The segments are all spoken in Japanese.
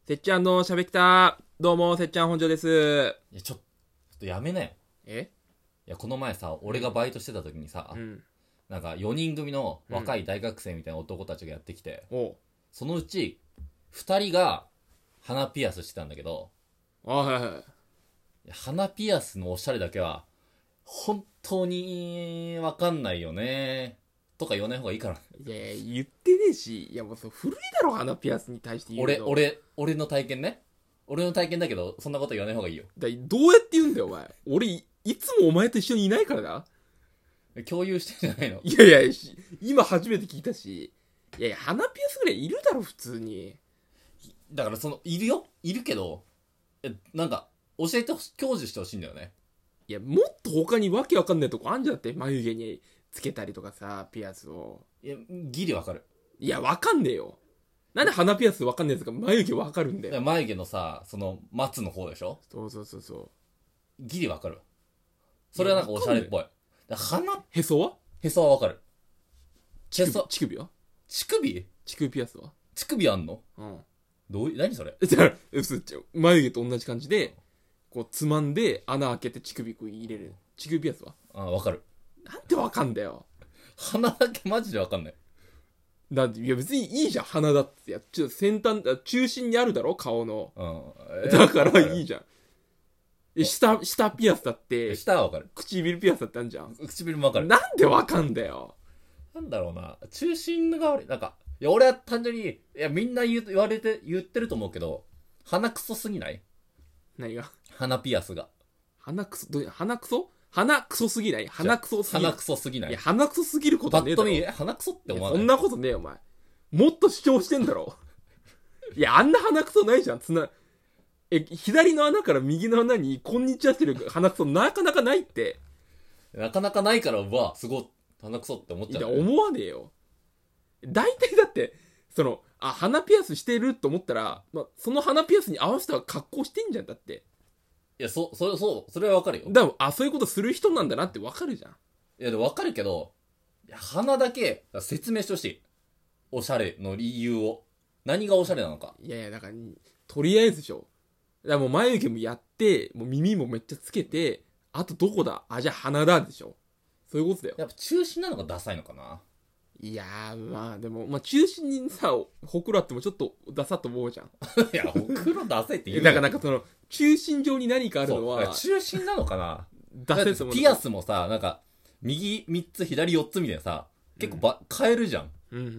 せっちゃんのしゃべきた。どうも、せっちゃん本庄です。 いやちょっとやめなよ。 えいやこの前さ、俺がバイトしてた時にさ、なんか4人組の若い大学生みたいな男たちがやってきて、そのうち2人が鼻ピアスしてたんだけど、 はいはい。 いや鼻ピアスのおしゃれだけは本当にわかんないよねとか言わない方がいいから。 いや言ってねえし、いやもう古いだろ、鼻ピアスに対して言うの。 俺の体験ね。俺の体験だけど、そんなこと言わない方がいいよ。 どうやって言うんだよ、お前。俺、いつもお前と一緒にいないからだ。 共有してんじゃないの？ いや今初めて聞いたし。いや鼻ピアスぐらいいるだろ、普通に。 だからいるよ。いるけど、なんか、教えて享受してほしいんだよね。 いや、もっと他にわけわかんないとこあんじゃんって。眉毛につけたりとかさ、ピアスを。 いや、ギリわかる。 いや、わかんねえよ。なんで鼻ピアスわかんねえやつが眉毛わかるんだよ。 眉毛のさ、松の方でしょ？ そう。 ギリわかる。それはなんかおしゃれっぽい。 へそはわかる。 乳首は乳首ピアスは乳首あんの？ うん。 何それ？ じゃあ、眉毛と同じ感じで、こう、つまんで、穴開けて乳首入れる。乳首ピアスはわかる。 なんでわかんだよ。 鼻だけマジでわかんない。 いや別にいいじゃん、鼻だって。ちょっと先端、中心にあるだろ、顔の。だからいいじゃん。下ピアスだって。 下はわかる。 唇ピアスだってあるじゃん。 唇もわかる。 なんでわかんだよ。 なんだろうな。中心が悪い。なんか、いや、俺は単純に、いや、みんな言ってると思うけど、鼻クソすぎない？ 何が？ 鼻ピアスが。 鼻クソすぎない？鼻クソすぎない？いや、鼻クソすぎることねえだろ。 パッと見、鼻クソって思わない？ そんなことねえよ、お前。もっと主張してんだろ。いや、あんな鼻クソないじゃん。左の穴から右の穴に、こんにちはしてる鼻クソなかなかないって。 なかなかないから、すごい、鼻クソって思っちゃう、 いや、思わねえよ。大体だって、鼻ピアスしてると思ったら、その鼻ピアスに合わせた格好してんじゃん、だって。 いや、それはわかるよ。 そういうことする人なんだなってわかるじゃん。 いや、でもわかるけど、鼻だけ説明してほしい。おしゃれの理由を。何がおしゃれなのか。 いや、だから、とりあえずでしょ。だからもう眉毛もやって、もう耳もめっちゃつけて、あとどこだ？じゃあ鼻だでしょ。そういうことだよ。 やっぱ中心なのがダサいのかな。 いやー、でも、中心にさ、ほくろあってもちょっとダサと思うじゃん。 いや、ほくろダサいって言うだから中心上に何かあるのは。 中心なのかな。 ダサいと思う。 ピアスもさ、なんか、右3つ、左4つみたいなさ、結構変えるじゃん。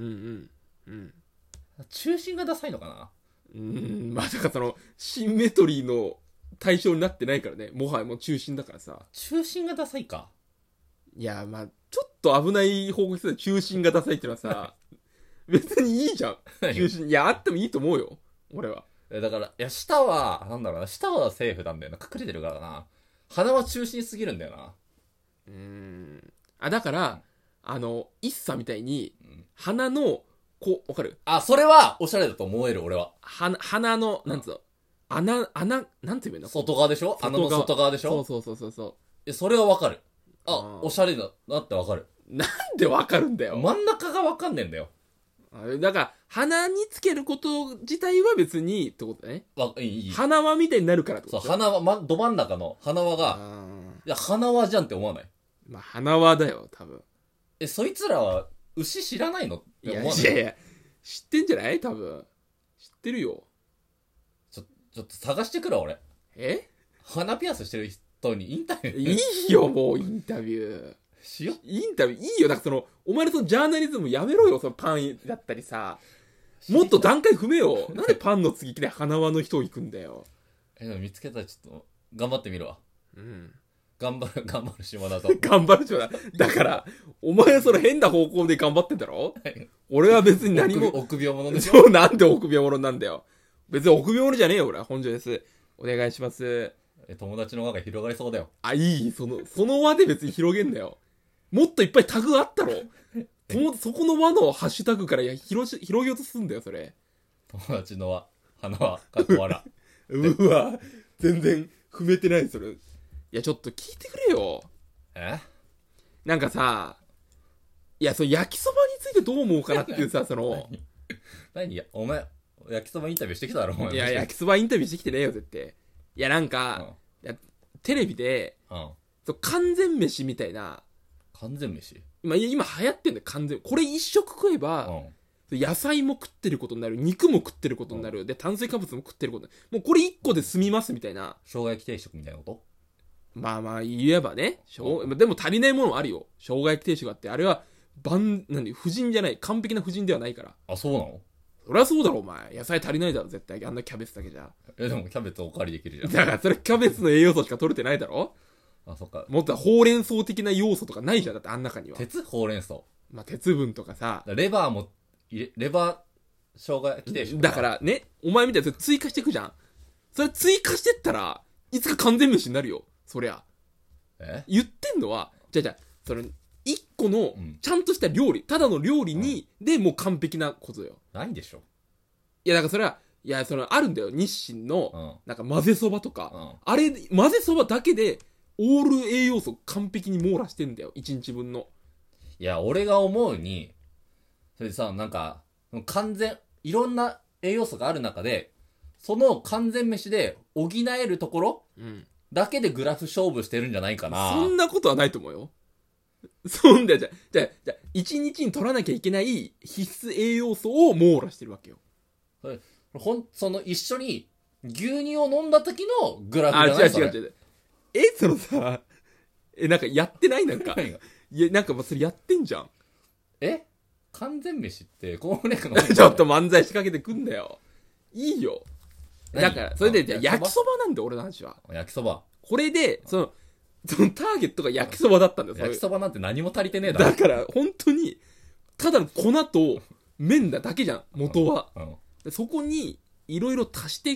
中心がダサいのかな。 だからシンメトリーの対象になってないからね。もはやもう中心だからさ。 中心がダサいか。 いや、ちょっと危ない方向で中心がダサいってのはさ、別にいいじゃん。中心。いや、あってもいいと思うよ。俺は。 だから、いや、下はセーフなんだよな。隠れてるからな。鼻は中心すぎるんだよな。 だから、一茶みたいに、鼻の、わかる？ それは、おしゃれだと思える、俺は。 鼻の、なんつうの、穴、なんて言うの？ 外側でしょ？穴の外側でしょ？ そう。 それはわかる。おしゃれだなってわかる。 なんでわかるんだよ。 真ん中がわかんねえんだよ。 だから、鼻につけること自体は別に、ってことね。 いい。 鼻輪みたいになるからってこと。 そう、鼻輪、ど真ん中の鼻輪が、いや、鼻輪じゃんって思わない？ 鼻輪だよ、多分。 そいつらは、牛知らないのって思わない？ いや、知ってんじゃない？多分。知ってるよ。 ちょっと探してくるわ、俺。鼻ピアスしてる人にインタビュー。 いいよ、もう、インタビュー。インタビュー、いいよ。だからお前のジャーナリズムやめろよ、パンだったりさ。もっと段階踏めよ。なんでパンの次で鼻輪の人を行くんだよ。 でも見つけたらちょっと、頑張ってみるわ。頑張る島田と。 頑張る島田。だから、お前変な方向で頑張ってんだろ？俺は別に何も。 臆病者でしょ。そう、なんで臆病者なんだよ。別に臆病者じゃねえよ、俺は。本庄です。お願いします。 友達の輪が広がりそうだよ。 いい。その輪で別に広げんなよ。もっといっぱいタグあったろ。そこの輪のハッシュタグから広げようとすんだよ、それ。 友達の輪、花輪、かっこわら。 うわ、全然踏めてない、それ。いや、ちょっと聞いてくれよ。なんかさ、いや、焼きそばについてどう思うかなっていうさ、 何？お前焼きそばインタビューしてきただろお前。 いや焼きそばインタビューしてきてねえよ絶対。いやなんか、いやテレビで、そう完全飯みたいな。 完全飯今流行ってんだよ完全。これ一食食えば、野菜も食ってることになる、肉も食ってることになる、で炭水化物も食ってることになる、もうこれ一個で済みますみたいな。 生姜焼き定食みたいなこと？ まあ言えばね、でも足りないものもあるよ。生姜焼き定食あって、あれは婦人じゃない、完璧な婦人ではないから。 あ、そうなの？ そりゃそうだろお前。野菜足りないだろ絶対。あんなキャベツだけじゃ。 でもキャベツおかわりできるじゃん。 だからそれキャベツの栄養素しか取れてないだろ。 あ、そっか。 もっとほうれん草的な要素とかないじゃん。だってあん中には。 ほうれん草。 まあ鉄分とかさ。 レバー生姜焼き定食。 だからね、お前みたいなそれ追加していくじゃん。それ追加してったら、いつか完全飯になるよ。そりゃ。言ってんのは、じゃあ、その、一個の、ちゃんとした料理、ただの料理に、で、もう完璧なことよ。 ないでしょ。 いや、だからそれは、いや、その、あるんだよ。日清の、なんか混ぜそばとか、あれ、混ぜそばだけで、オール栄養素完璧に網羅してんだよ。一日分の。 いや、俺が思うに、それでさ、なんか、いろんな栄養素がある中で、その完全飯で補えるところ、だけでグラフ勝負してるんじゃないかな。 そんなことはないと思うよ。そんだよ、じゃあ、一日に取らなきゃいけない必須栄養素を網羅してるわけよ。 その一緒に牛乳を飲んだ時のグラフじゃない？ 違う。そのさ、なんかやってないなんか。いや、なんかそれやってんじゃん。 完全飯ってコーンフレークのちょっと漫才仕掛けてくんだよ。いいよ。だから、それで、焼きそばなんだよ、俺の話は。 焼きそば。 これで、そのターゲットが焼きそばだったんだよ。 焼きそばなんて何も足りてねえだろ。 だから、本当に、ただの粉と麺だけじゃん、元は。そこに、いろいろ足していって、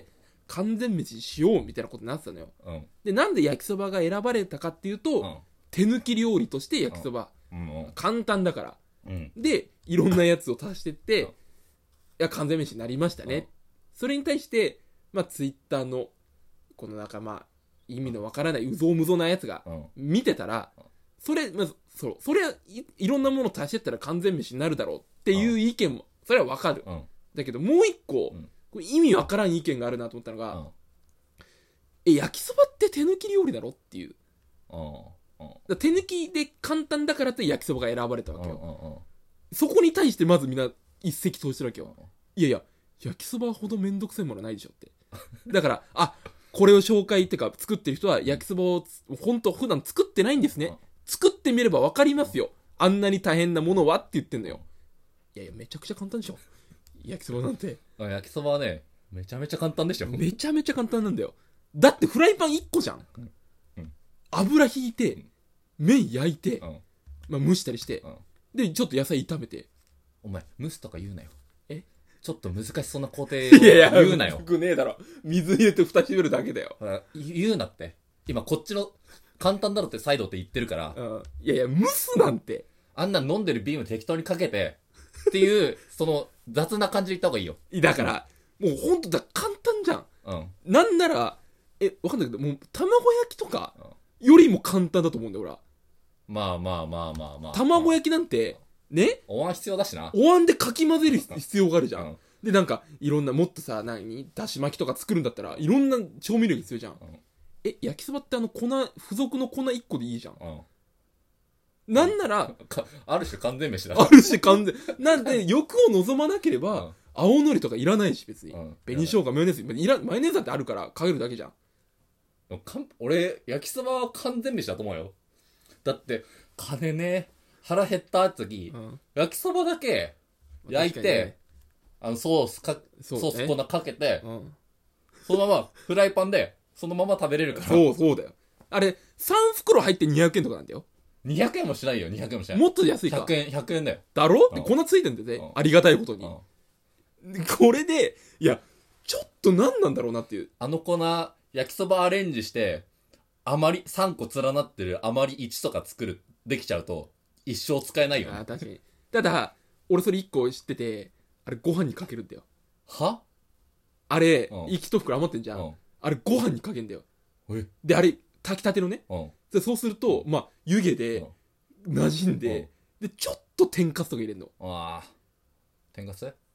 完全飯しようみたいなことになってたのよ。で、なんで焼きそばが選ばれたかっていうと、手抜き料理として焼きそば。簡単だから。で、いろんなやつを足してって、いや、完全飯になりましたね。それに対して、まあ、ツイッターの、このなんかまあ、意味のわからない、うぞうむぞなやつが、見てたら、それはいろんなもの足してったら完全飯になるだろうっていう意見も、それはわかる。だけど、もう一個、これ意味わからん意見があるなと思ったのが、焼きそばって手抜き料理だろっていう。手抜きで簡単だからって焼きそばが選ばれたわけよ。そこに対してまずみんな一石投じてるわけよ。いやいや、焼きそばほどめんどくさいものないでしょって。だから、これを紹介ってか作ってる人は焼きそばを本当普段作ってないんですね。作ってみれば分かりますよ。あんなに大変なものはって言ってんのよ。いやいや、めちゃくちゃ簡単でしょ。焼きそばなんて。 焼きそばはね、めちゃめちゃ簡単でしょ。 めちゃめちゃ簡単なんだよ。だってフライパン1個じゃん。油ひいて、麺焼いて、まあ、蒸したりして、で、ちょっと野菜炒めて。 お前、蒸すとか言うなよ。ちょっと難しそうな工程を言うなよ。 くねえだろ。水入れて蓋閉めるだけだよ。 言うなって。今こっちの簡単だろってサイドって言ってるから。 いやいや、蒸すなんて。 あんな飲んでるビーム適当にかけて、っていう、その雑な感じで言った方がいいよ。 だから、もうほんと簡単じゃん。なんなら、わかんないけど、もう卵焼きとかよりも簡単だと思うんだよ、俺は。 まあ。 卵焼きなんて、ね、 お椀必要だしな。 お椀でかき混ぜる必要があるじゃん。で、なんか、いろんな、もっとさ、だし巻きとか作るんだったら、いろんな調味料必要じゃん。焼きそばって付属の粉1個でいいじゃん。なんなら、 ある種完全飯だ。 ある種完全。なんで、欲を望まなければ、青のりとかいらないし、別に。紅生姜、マヨネーズ、マヨネーズだってあるからかけるだけじゃん。 俺、焼きそばは完全飯だと思うよ。だって、金ね、腹減った時、焼きそばだけ焼いて、ソース粉かけて、そのままフライパンでそのまま食べれるから。 そうだよ。あれ3袋入って200円とかなんだよ。 200円もしないよ。200円もしない。 もっと安いか。 100円だよ。 だろ、で粉ついてんだよね、ありがたいことに。これで、いやちょっと何なんだろうなっていう。 粉焼きそばアレンジして余り3個連なってる余り1とかできちゃうと一生使えないよね。 確かに。ただ俺それ1個知ってて、あれご飯にかけるんだよ。 はあれ、1袋余ってんじゃん。あれご飯にかけんだよ。で、あれ炊きたてのね。でそうすると、まあ湯気で馴染んで、でちょっと天かすとか入れるの。 天かす？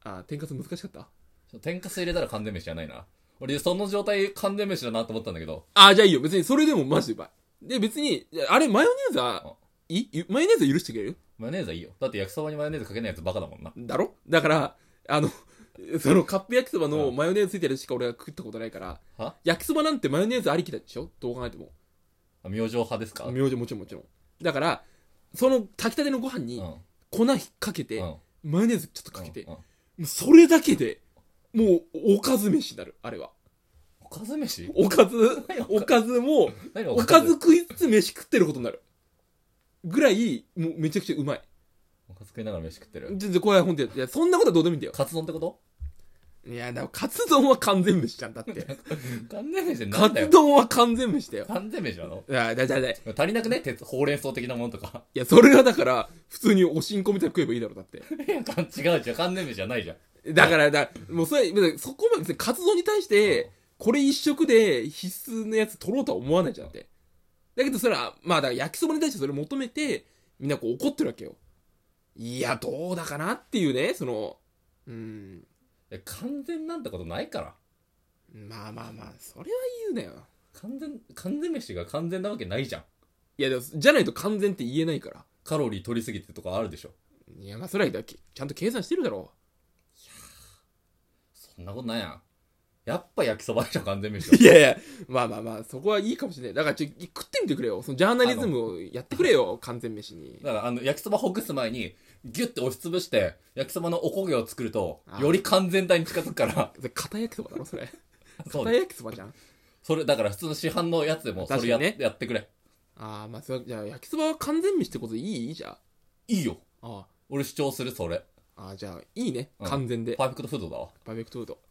あ、天かす難しかった。 天かす入れたら完全飯じゃないな。俺その状態完全飯だなと思ったんだけど。 あ、じゃあいいよ。別にそれでもマジでうまい。で、別に、あれ、マヨネーズは、マヨネーズは許してくれる？ マヨネーズはいいよ。だって焼きそばにマヨネーズかけないやつバカだもんな。 だろ？だから、そのカップ焼きそばのマヨネーズついてるやつしか俺は食ったことないから、焼きそばなんてマヨネーズありきだでしょ？どう考えても。 明星派ですか？ 明星もちろんもちろん。だから、その炊きたてのご飯に粉かけて、マヨネーズちょっとかけて、もうそれだけで、もうおかず飯になる、あれは。 おかず飯？ おかずも、おかず食いつつ飯食ってることになる。ぐらい、もうめちゃくちゃうまい。 おかず食いながら飯食ってる。 全然これは本当に、いや、そんなことはどうでもいいんだよ。 カツ丼ってこと？ いや、だからカツ丼は完全飯じゃん、だって。 完全飯ってなんだよ。 カツ丼は完全飯だよ。 完全飯なの？ いや、だ。 足りなくね？ほうれん草的なものとか。 いや、それはだから、普通におしんこみたいに食えばいいだろ、だって。 いや、違うじゃん。完全飯じゃないじゃん。 だから、もうそこまで別にカツ丼に対して、これ一食で必須のやつ取ろうとは思わないじゃんって。だけどそれは、まあだから焼きそばに対してそれを求めて、みんなこう怒ってるわけよ。いや、どうだかなっていうね、 完全なんてことないから。 まあ、それは言うなよ。 完全飯が完全なわけないじゃん。 いや、でも、じゃないと完全って言えないから。 カロリー取りすぎてとかあるでしょ。 いや、まあそれはちゃんと計算してるだろう。 そんなことないやん。やっぱ焼きそばでしょ、完全飯は。 いや、まあ、そこはいいかもしれない。だから食ってみてくれよ。そのジャーナリズムをやってくれよ、完全飯に。 だから焼きそばほぐす前に、ギュッて押しつぶして、焼きそばのおこげを作ると、より完全体に近づくから。 片焼きそばだろ、それ。 そう片焼きそばじゃん。 それ、だから普通の市販のやつでも、それやってくれ。 ああ、まあ、じゃあ焼きそばは完全飯ってことでいい？じゃあ。 いいよ。 ああ。 俺主張する、それ。 ああ、じゃあ、いいね。完全で。 パーフェクトフードだわ。 パーフェクトフード。